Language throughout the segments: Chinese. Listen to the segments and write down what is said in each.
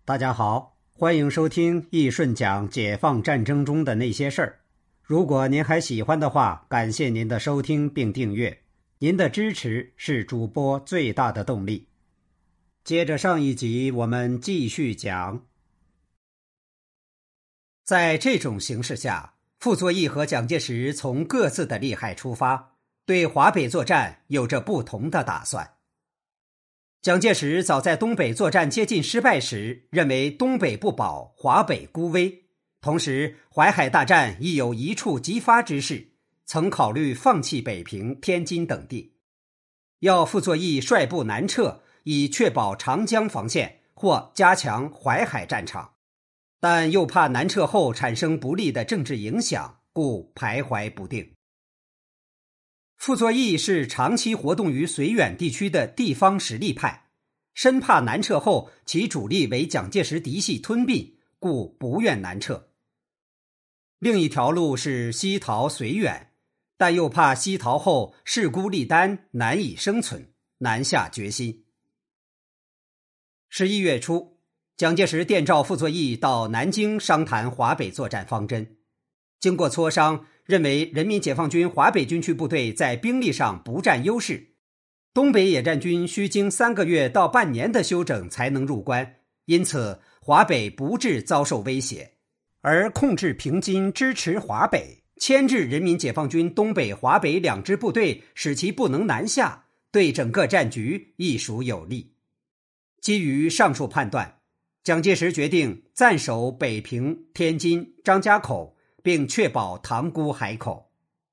大家好，欢迎收听易顺讲解放战争中的那些事儿。如果您还喜欢的话，感谢您的收听并订阅，您的支持是主播最大的动力。接着上一集，我们继续讲。在这种形势下，傅作义和蒋介石从各自的利害出发，对华北作战有着不同的打算。蒋介石早在东北作战接近失败时，认为东北不保，华北孤危，同时淮海大战亦有一触即发之势，曾考虑放弃北平、天津等地，要傅作义率部南撤，以确保长江防线或加强淮海战场，但又怕南撤后产生不利的政治影响，故徘徊不定。傅作义是长期活动于绥远地区的地方实力派，深怕南撤后其主力为蒋介石嫡系吞并，故不愿南撤。另一条路是西逃绥远，但又怕西逃后势孤力单，难以生存，难下决心。11月初，蒋介石电召傅作义到南京商谈华北作战方针。经过磋商，认为人民解放军华北军区部队在兵力上不占优势，东北野战军需经3个月到半年的休整才能入关，因此华北不致遭受威胁，而控制平津，支持华北，牵制人民解放军东北、华北两支部队，使其不能南下，对整个战局亦属有利。基于上述判断，蒋介石决定暂守北平、天津、张家口，并确保塘沽海口。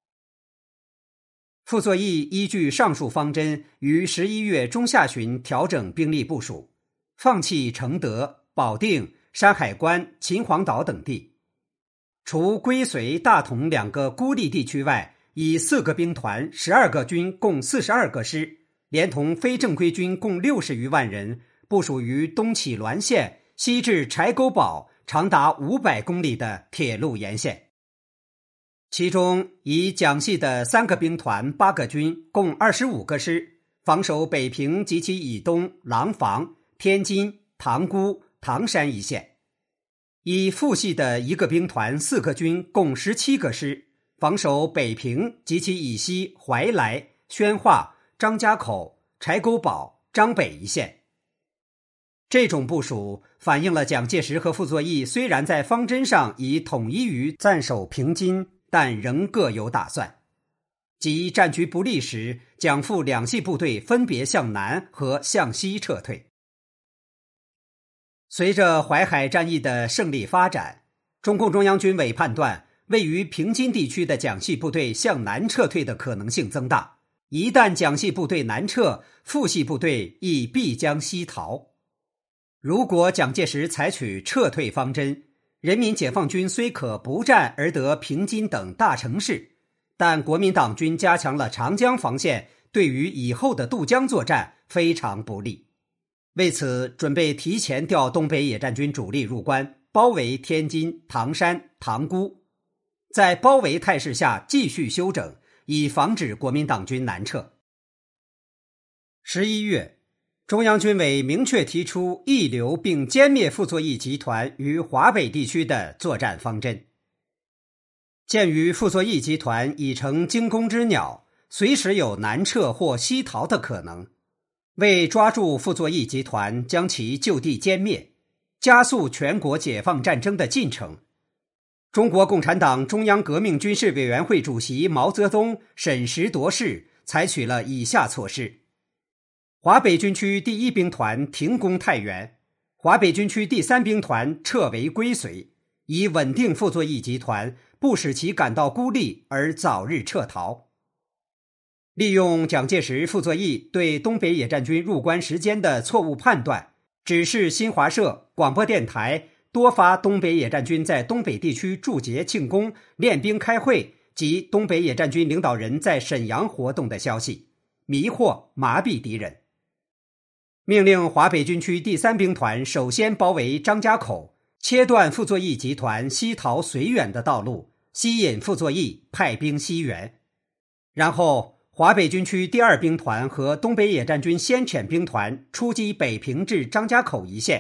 傅作义依据上述方针，于11月中下旬调整兵力部署，放弃承德、保定、山海关、秦皇岛等地。除归绥、大同2个孤立地区外，以4个兵团、12个军共42个师，连同非正规军共60余万人，部署于东起滦县，西至柴沟堡，长达500公里的铁路沿线。其中以蒋系的3个兵团、8个军共25个师，防守北平及其以东廊坊、天津、塘沽、唐山一线；以傅系的1个兵团、4个军共17个师，防守北平及其以西怀来、宣化、张家口、柴沟堡、张北一线。这种部署反映了蒋介石和傅作义虽然在方针上已统一于暂守平津，但仍各有打算，即战局不利时，蒋傅两系部队分别向南和向西撤退。随着淮海战役的胜利发展，中共中央军委判断，位于平津地区的蒋系部队向南撤退的可能性增大，一旦蒋系部队南撤，傅系部队亦必将西逃。如果蒋介石采取撤退方针，人民解放军虽可不战而得平津等大城市，但国民党军加强了长江防线，对于以后的渡江作战非常不利。为此，准备提前调东北野战军主力入关，包围天津、唐山、塘沽，在包围态势下继续休整，以防止国民党军南撤。11月，中央军委明确提出抑留并歼灭傅作义集团于华北地区的作战方针。鉴于傅作义集团已成惊弓之鸟，随时有南撤或西逃的可能，为抓住傅作义集团，将其就地歼灭，加速全国解放战争的进程，中国共产党中央革命军事委员会主席毛泽东审时度势，采取了以下措施：华北军区第1兵团停攻太原，华北军区第3兵团撤围归绥，以稳定傅作义集团，不使其感到孤立而早日撤逃。利用蒋介石、傅作义对东北野战军入关时间的错误判断，指示新华社、广播电台多发东北野战军在东北地区驻节庆功、练兵开会及东北野战军领导人在沈阳活动的消息，迷惑麻痹敌人。命令华北军区第3兵团首先包围张家口，切断傅作义集团西逃绥远的道路，吸引傅作义派兵西援。然后华北军区第2兵团和东北野战军先遣兵团出击北平至张家口一线，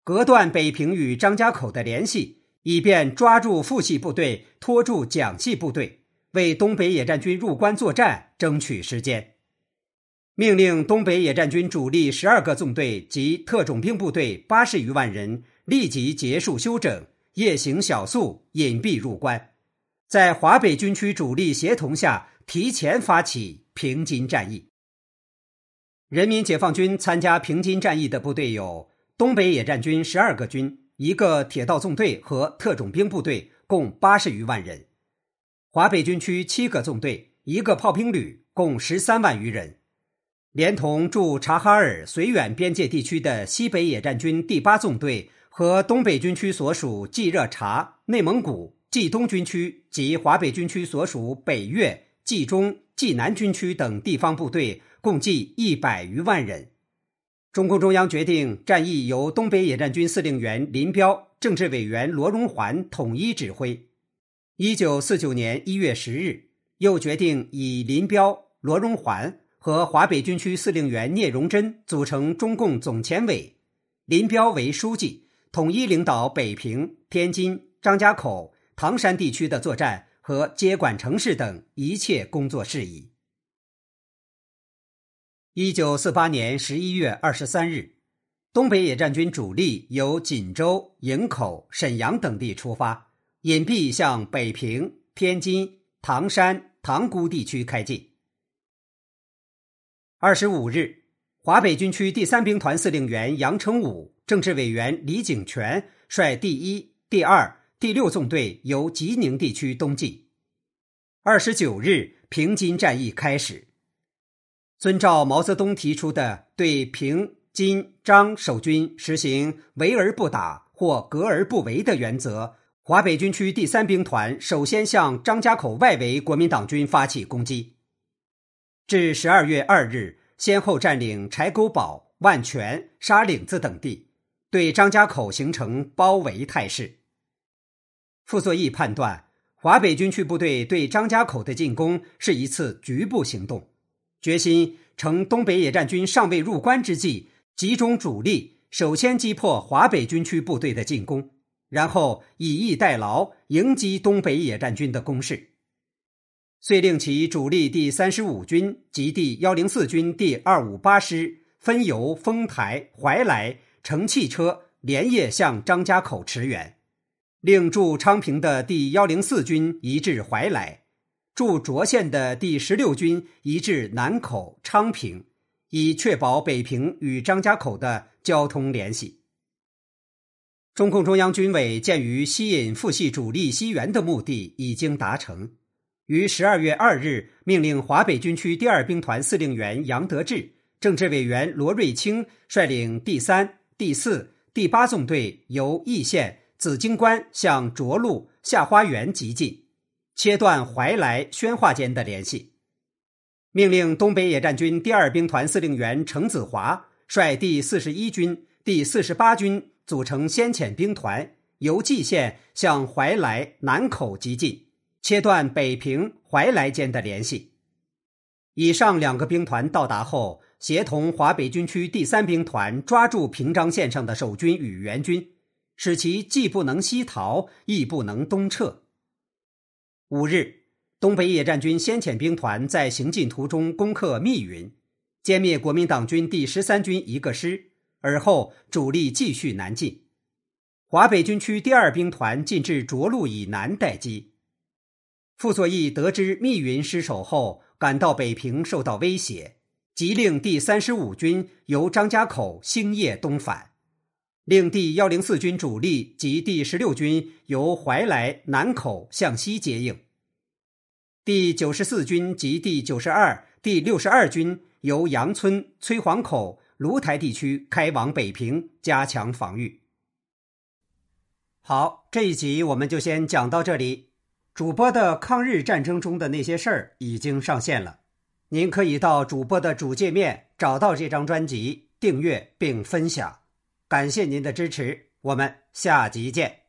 隔断北平与张家口的联系，以便抓住父系部队，拖住蒋系部队，为东北野战军入关作战争取时间。命令东北野战军主力12个纵队及特种兵部队80余万人立即结束休整，夜行小宿，隐蔽入关，在华北军区主力协同下提前发起平津战役。人民解放军参加平津战役的部队有东北野战军12个军、1个铁道纵队和特种兵部队，共80余万人；华北军区7个纵队、1个炮兵旅，共13万余人。连同驻察哈尔、绥远边界地区的西北野战军第8纵队和东北军区所属冀热察、内蒙古、冀东军区及华北军区所属北岳、冀中、冀南军区等地方部队，共计100余万人。中共中央决定战役由东北野战军司令员林彪、政治委员罗荣桓统一指挥。1949年1月10日，又决定以林彪、罗荣桓和华北军区司令员聂荣臻组成中共总前委，林彪为书记，统一领导北平、天津、张家口、唐山地区的作战和接管城市等一切工作事宜。1948年11月23日，东北野战军主力由锦州、营口、沈阳等地出发，隐蔽向北平、天津、唐山、塘沽地区开进。25日，华北军区第3兵团司令员杨成武、政治委员李景全率第1、第2、第6纵队由吉宁地区东进。29日，平津战役开始。遵照毛泽东提出的对平、津、张守军实行围而不打或隔而不围的原则，华北军区第3兵团首先向张家口外围国民党军发起攻击。至12月2日，先后占领柴沟堡、万全、沙岭子等地，对张家口形成包围态势。傅作义判断，华北军区部队对张家口的进攻是一次局部行动，决心乘东北野战军尚未入关之际，集中主力，首先击破华北军区部队的进攻，然后以逸待劳，迎击东北野战军的攻势。遂令其主力第35军及第104军第258师分由丰台、怀来乘汽车连夜向张家口驰援，令驻昌平的第104军移至怀来，驻涿县的第16军移至南口、昌平，以确保北平与张家口的交通联系。中共中央军委鉴于吸引父系主力西援的目的已经达成，于12月2日命令华北军区第2兵团司令员杨得志、政治委员罗瑞卿率领第3、第4、第8纵队由义县、紫荆关向涿鹿、下花园急进，切断怀来、宣化间的联系。命令东北野战军第2兵团司令员程子华率第41军、第48军组成先遣兵团，由蓟县向怀来、南口急进，切断北平、怀来间的联系。以上2个兵团到达后，协同华北军区第3兵团抓住平章线上的守军与援军，使其既不能西逃，亦不能东撤。5日，东北野战军先遣兵团在行进途中攻克密云，歼灭国民党军第13军1个师，而后主力继续南进。华北军区第2兵团进至涿鹿以南待机。傅作义得知密云失守后，感到北平受到威胁，即令第35军由张家口星夜东返，令第104军主力及第16军由怀来、南口向西接应。第94军及第92、第62军由杨村、崔黄口、芦台地区开往北平，加强防御。好，这一集我们就先讲到这里。主播的抗日战争中的那些事儿已经上线了，您可以到主播的主界面找到这张专辑，订阅并分享。感谢您的支持，我们下集见。